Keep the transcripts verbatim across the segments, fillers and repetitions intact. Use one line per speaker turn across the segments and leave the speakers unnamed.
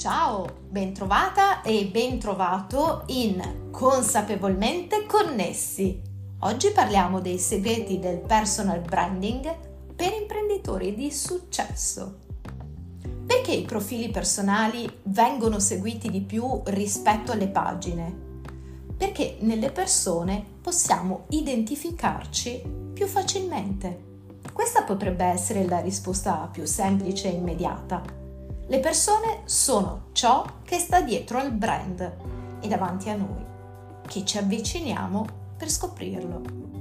Ciao, bentrovata e bentrovato in Consapevolmente Connessi. Oggi parliamo dei segreti del personal branding per imprenditori di successo. Perché i profili personali vengono seguiti di più rispetto alle pagine? Perché nelle persone possiamo identificarci più facilmente. Questa potrebbe essere la risposta più semplice e immediata. Le persone sono ciò che sta dietro al brand e davanti a noi, che ci avviciniamo per scoprirlo.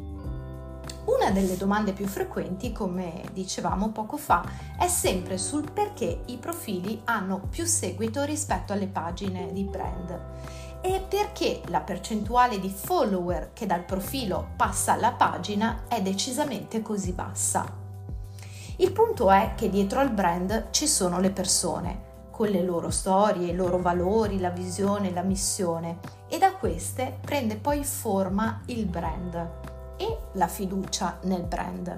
Una delle domande più frequenti, come dicevamo poco fa, è sempre sul perché i profili hanno più seguito rispetto alle pagine di brand e perché la percentuale di follower che dal profilo passa alla pagina è decisamente così bassa. Il punto è che dietro al brand ci sono le persone, con le loro storie, i loro valori, la visione, la missione, e da queste prende poi forma il brand e la fiducia nel brand.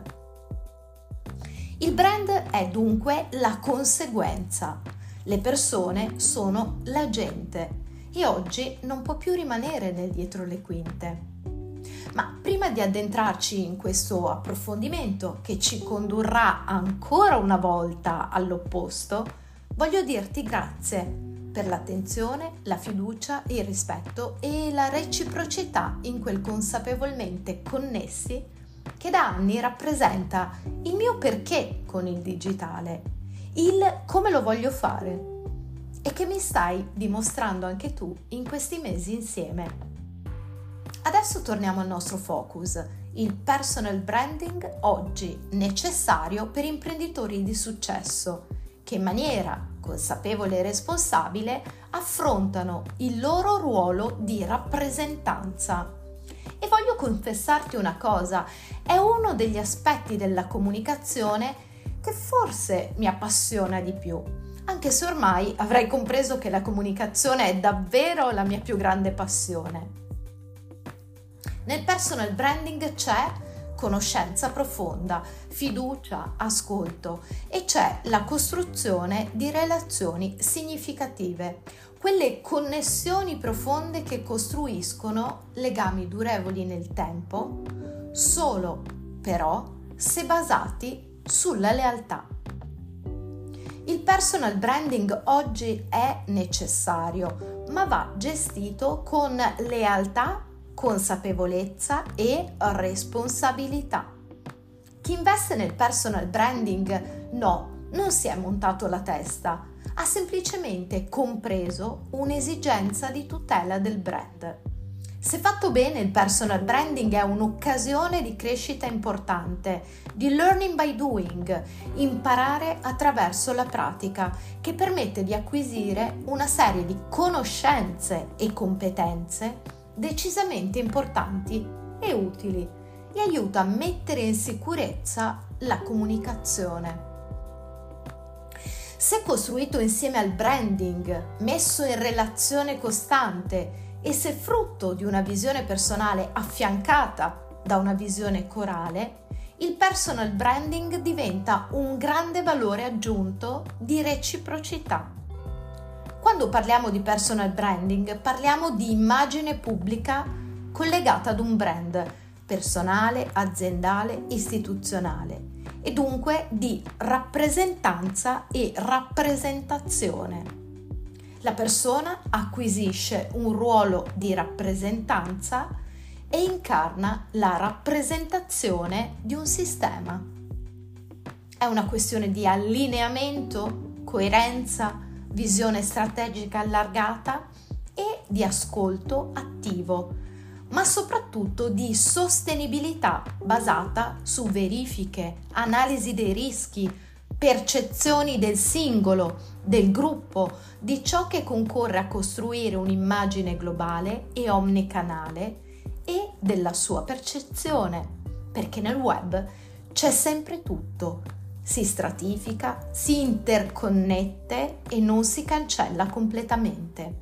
Il brand è dunque la conseguenza. Le persone sono la gente e oggi non può più rimanere nel dietro le quinte. Ma prima di addentrarci in questo approfondimento che ci condurrà ancora una volta all'opposto, voglio dirti grazie per l'attenzione, la fiducia, il rispetto e la reciprocità in quel Consapevolmente Connessi che da anni rappresenta il mio perché con il digitale, il come lo voglio fare e che mi stai dimostrando anche tu in questi mesi insieme. Adesso torniamo al nostro focus, il personal branding oggi necessario per imprenditori di successo che in maniera consapevole e responsabile affrontano il loro ruolo di rappresentanza. E voglio confessarti una cosa, è uno degli aspetti della comunicazione che forse mi appassiona di più, anche se ormai avrai compreso che la comunicazione è davvero la mia più grande passione. Nel personal branding c'è conoscenza profonda, fiducia, ascolto e c'è la costruzione di relazioni significative, quelle connessioni profonde che costruiscono legami durevoli nel tempo, solo però se basati sulla lealtà. Il personal branding oggi è necessario, ma va gestito con lealtà, consapevolezza e responsabilità. Chi investe nel personal branding no, non si è montato la testa, ha semplicemente compreso un'esigenza di tutela del brand. Se fatto bene, il personal branding è un'occasione di crescita importante, di learning by doing, imparare attraverso la pratica, che permette di acquisire una serie di conoscenze e competenze decisamente importanti e utili e aiuta a mettere in sicurezza la comunicazione. Se costruito insieme al branding, messo in relazione costante e se frutto di una visione personale affiancata da una visione corale, il personal branding diventa un grande valore aggiunto di reciprocità. Quando parliamo di personal branding, parliamo di immagine pubblica collegata ad un brand personale, aziendale, istituzionale e dunque di rappresentanza e rappresentazione. La persona acquisisce un ruolo di rappresentanza e incarna la rappresentazione di un sistema. È una questione di allineamento, coerenza, visione strategica allargata e di ascolto attivo, ma soprattutto di sostenibilità basata su verifiche, analisi dei rischi, percezioni del singolo, del gruppo, di ciò che concorre a costruire un'immagine globale e omnicanale e della sua percezione, perché nel web c'è sempre tutto. Si stratifica, si interconnette e non si cancella completamente.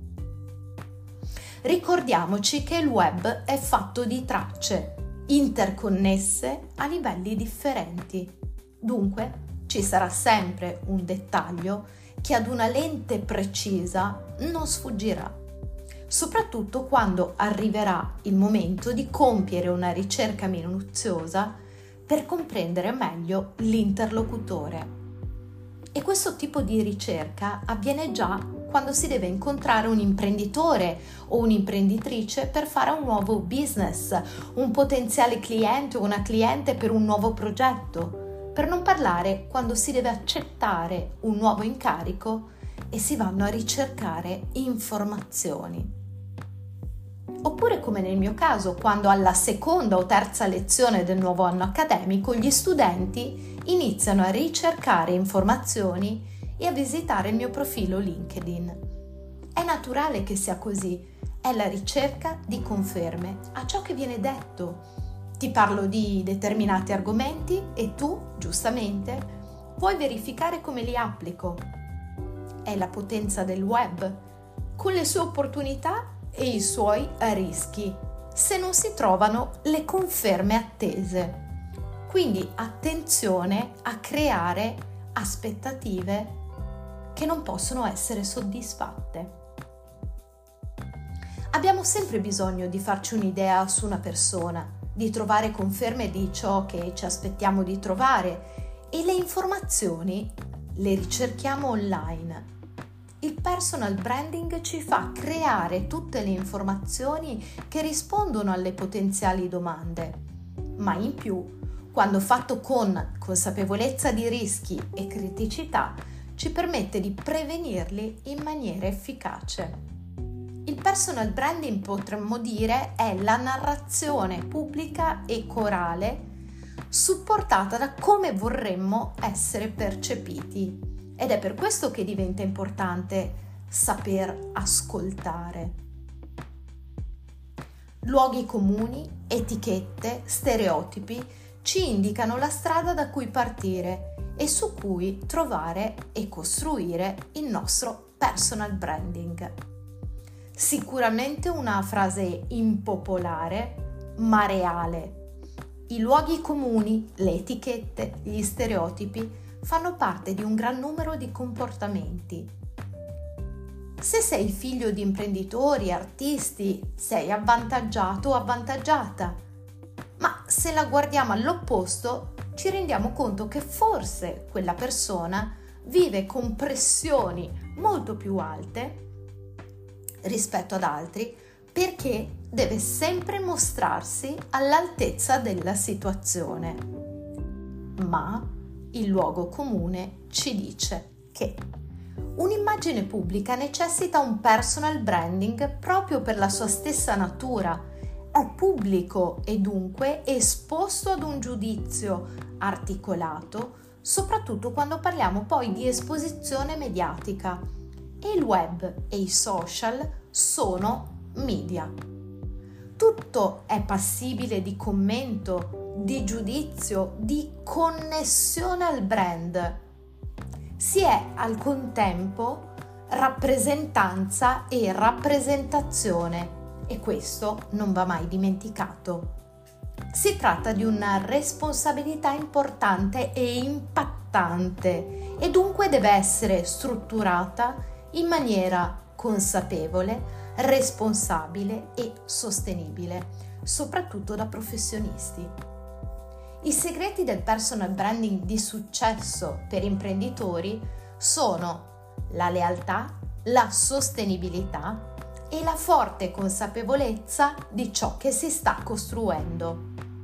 Ricordiamoci che il web è fatto di tracce interconnesse a livelli differenti. Dunque ci sarà sempre un dettaglio che ad una lente precisa non sfuggirà, soprattutto quando arriverà il momento di compiere una ricerca minuziosa per comprendere meglio l'interlocutore. E questo tipo di ricerca avviene già quando si deve incontrare un imprenditore o un'imprenditrice per fare un nuovo business, un potenziale cliente o una cliente per un nuovo progetto, per non parlare quando si deve accettare un nuovo incarico e si vanno a ricercare informazioni. Oppure come nel mio caso, quando alla seconda o terza lezione del nuovo anno accademico gli studenti iniziano a ricercare informazioni e a visitare il mio profilo LinkedIn. È naturale che sia così, è la ricerca di conferme a ciò che viene detto. Ti parlo di determinati argomenti e tu, giustamente, vuoi verificare come li applico. È la potenza del web, con le sue opportunità e i suoi rischi, se non si trovano le conferme attese. Quindi attenzione a creare aspettative che non possono essere soddisfatte. Abbiamo sempre bisogno di farci un'idea su una persona, di trovare conferme di ciò che ci aspettiamo di trovare e le informazioni le ricerchiamo online. Il personal branding ci fa creare tutte le informazioni che rispondono alle potenziali domande, ma in più, quando fatto con consapevolezza di rischi e criticità, ci permette di prevenirli in maniera efficace. Il personal branding, potremmo dire, è la narrazione pubblica e corale supportata da come vorremmo essere percepiti. Ed è per questo che diventa importante saper ascoltare. Luoghi comuni, etichette, stereotipi ci indicano la strada da cui partire e su cui trovare e costruire il nostro personal branding. Sicuramente una frase impopolare, ma reale. I luoghi comuni, le etichette, gli stereotipi fanno parte di un gran numero di comportamenti. Se sei figlio di imprenditori, artisti, sei avvantaggiato o avvantaggiata, ma se la guardiamo all'opposto ci rendiamo conto che forse quella persona vive con pressioni molto più alte rispetto ad altri perché deve sempre mostrarsi all'altezza della situazione. Ma il luogo comune ci dice che un'immagine pubblica necessita un personal branding proprio per la sua stessa natura. È pubblico e dunque esposto ad un giudizio articolato, soprattutto quando parliamo poi di esposizione mediatica. E il web e i social sono media. Tutto è passibile di commento, di giudizio, di connessione al brand. Si è al contempo rappresentanza e rappresentazione e questo non va mai dimenticato. Si tratta di una responsabilità importante e impattante e dunque deve essere strutturata in maniera consapevole, responsabile e sostenibile, soprattutto da professionisti. I segreti del personal branding di successo per imprenditori sono la lealtà, la sostenibilità e la forte consapevolezza di ciò che si sta costruendo.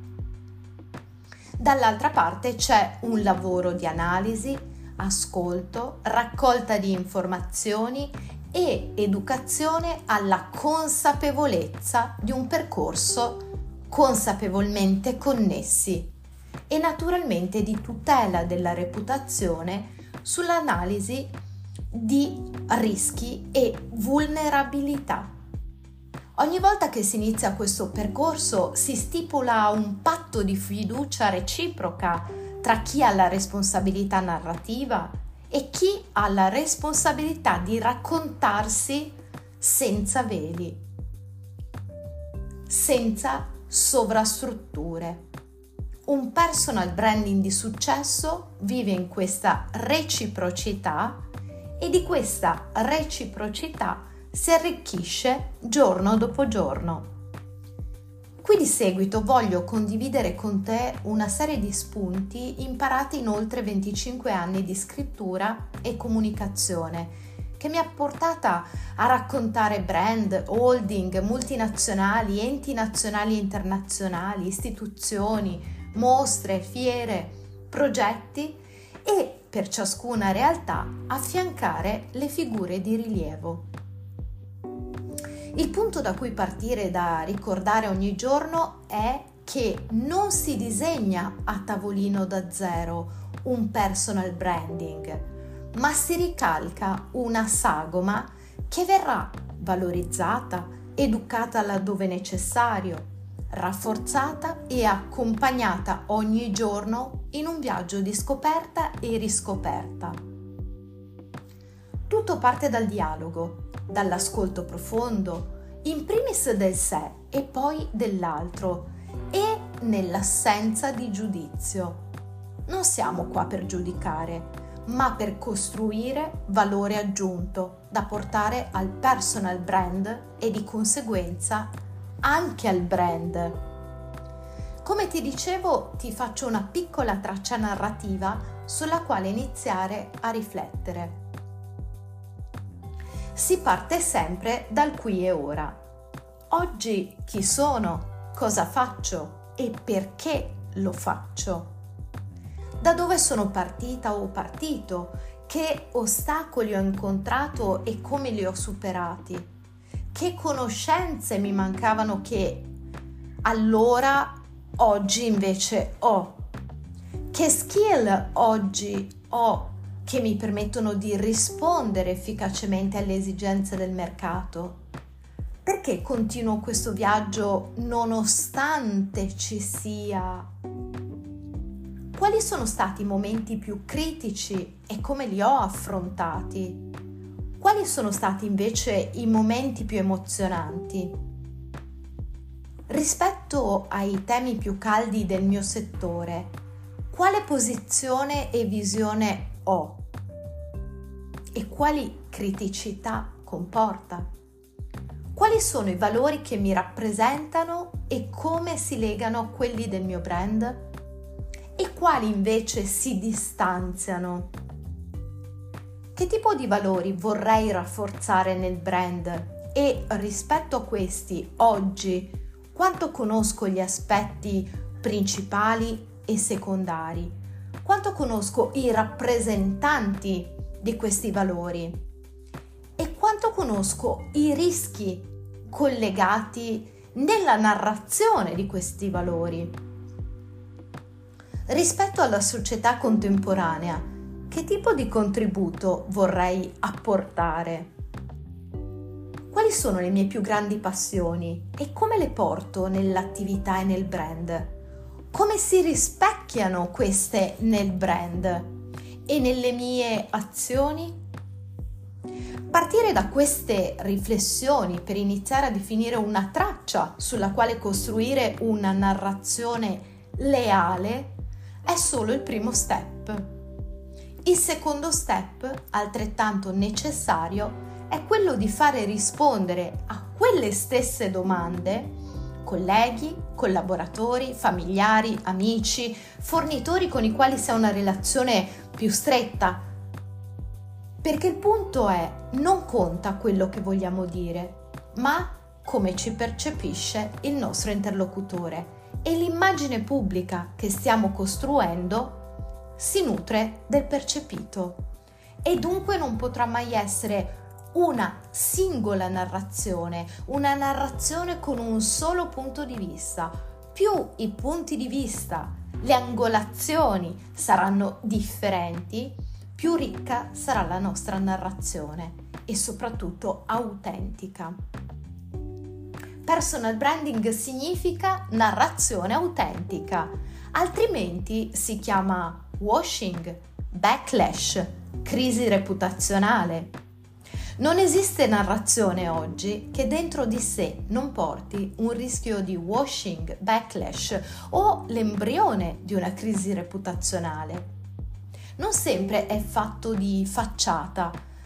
Dall'altra parte c'è un lavoro di analisi, ascolto, raccolta di informazioni e educazione alla consapevolezza di un percorso consapevolmente connessi e naturalmente di tutela della reputazione sull'analisi di rischi e vulnerabilità. Ogni volta che si inizia questo percorso si stipula un patto di fiducia reciproca tra chi ha la responsabilità narrativa e chi ha la responsabilità di raccontarsi senza veli, senza sovrastrutture. Un personal branding di successo vive in questa reciprocità e di questa reciprocità si arricchisce giorno dopo giorno. Qui di seguito voglio condividere con te una serie di spunti imparati in oltre venticinque anni di scrittura e comunicazione, che mi ha portata a raccontare brand, holding, multinazionali, enti nazionali e internazionali, istituzioni, mostre, fiere, progetti e per ciascuna realtà affiancare le figure di rilievo. Il punto da cui partire da ricordare ogni giorno è che non si disegna a tavolino da zero un personal branding, ma si ricalca una sagoma che verrà valorizzata, educata laddove necessario, rafforzata e accompagnata ogni giorno in un viaggio di scoperta e riscoperta. Tutto parte dal dialogo, dall'ascolto profondo, in primis del sé e poi dell'altro, e nell'assenza di giudizio. Non siamo qua per giudicare, ma per costruire valore aggiunto da portare al personal brand e di conseguenza anche al brand. Come ti dicevo, ti faccio una piccola traccia narrativa sulla quale iniziare a riflettere. Si parte sempre dal qui e ora. Oggi chi sono? Cosa faccio? E perché lo faccio? Da dove sono partita o partito? Che ostacoli ho incontrato e come li ho superati? Che conoscenze mi mancavano che allora oggi invece ho? Che skill oggi ho che mi permettono di rispondere efficacemente alle esigenze del mercato? Perché continuo questo viaggio nonostante ci sia? Quali sono stati i momenti più critici e come li ho affrontati? Quali sono stati invece i momenti più emozionanti? Rispetto ai temi più caldi del mio settore, quale posizione e visione ho? E quali criticità comporta? Quali sono i valori che mi rappresentano e come si legano a quelli del mio brand? E quali invece si distanziano? Che tipo di valori vorrei rafforzare nel brand? E rispetto a questi, oggi, quanto conosco gli aspetti principali e secondari? Quanto conosco i rappresentanti di questi valori? E quanto conosco i rischi collegati nella narrazione di questi valori? Rispetto alla società contemporanea, che tipo di contributo vorrei apportare? Quali sono le mie più grandi passioni e come le porto nell'attività e nel brand? Come si rispecchiano queste nel brand e nelle mie azioni? Partire da queste riflessioni per iniziare a definire una traccia sulla quale costruire una narrazione leale è solo il primo step. Il secondo step, altrettanto necessario, è quello di fare rispondere a quelle stesse domande colleghi, collaboratori, familiari, amici, fornitori con i quali si ha una relazione più stretta. Perché il punto è, non conta quello che vogliamo dire, ma come ci percepisce il nostro interlocutore. E l'immagine pubblica che stiamo costruendo si nutre del percepito e dunque non potrà mai essere una singola narrazione, una narrazione con un solo punto di vista. Più i punti di vista, le angolazioni saranno differenti, più ricca sarà la nostra narrazione e soprattutto autentica. Personal branding significa narrazione autentica, altrimenti si chiama washing, backlash, crisi reputazionale. Non esiste narrazione oggi che dentro di sé non porti un rischio di washing, backlash o l'embrione di una crisi reputazionale. Non sempre è fatto di facciata,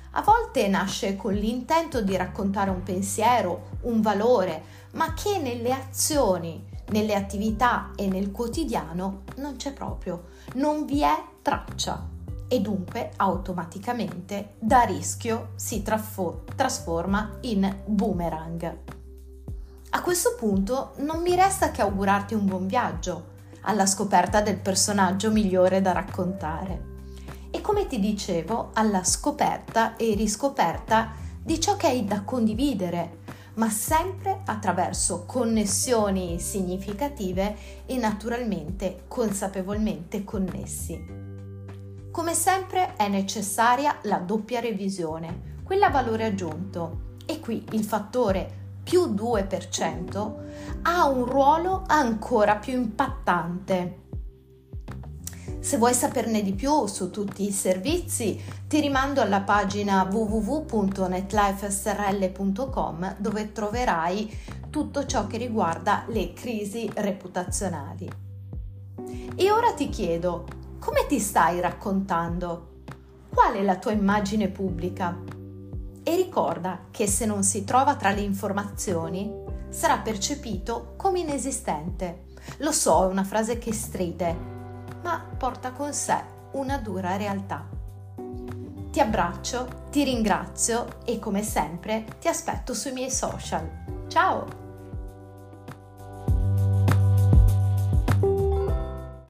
A volte nasce con l'intento di raccontare un pensiero, un valore, ma che nelle azioni, nelle attività e nel quotidiano non c'è proprio, non vi è traccia e dunque automaticamente da rischio si trafo- trasforma in boomerang. A questo punto non mi resta che augurarti un buon viaggio alla scoperta del personaggio migliore da raccontare e, come ti dicevo, alla scoperta e riscoperta di ciò che hai da condividere, ma sempre attraverso connessioni significative e naturalmente consapevolmente connessi. Come sempre è necessaria la doppia revisione, quella a valore aggiunto, e qui il fattore più due per cento ha un ruolo ancora più impattante. Se vuoi saperne di più su tutti i servizi, ti rimando alla pagina w w w punto netlife s r l punto com, dove troverai tutto ciò che riguarda le crisi reputazionali. E ora ti chiedo, come ti stai raccontando? Qual è la tua immagine pubblica? E ricorda che se non si trova tra le informazioni, sarà percepito come inesistente. Lo so, è una frase che stride, ma porta con sé una dura realtà. Ti abbraccio, ti ringrazio e come sempre ti aspetto sui miei social. Ciao!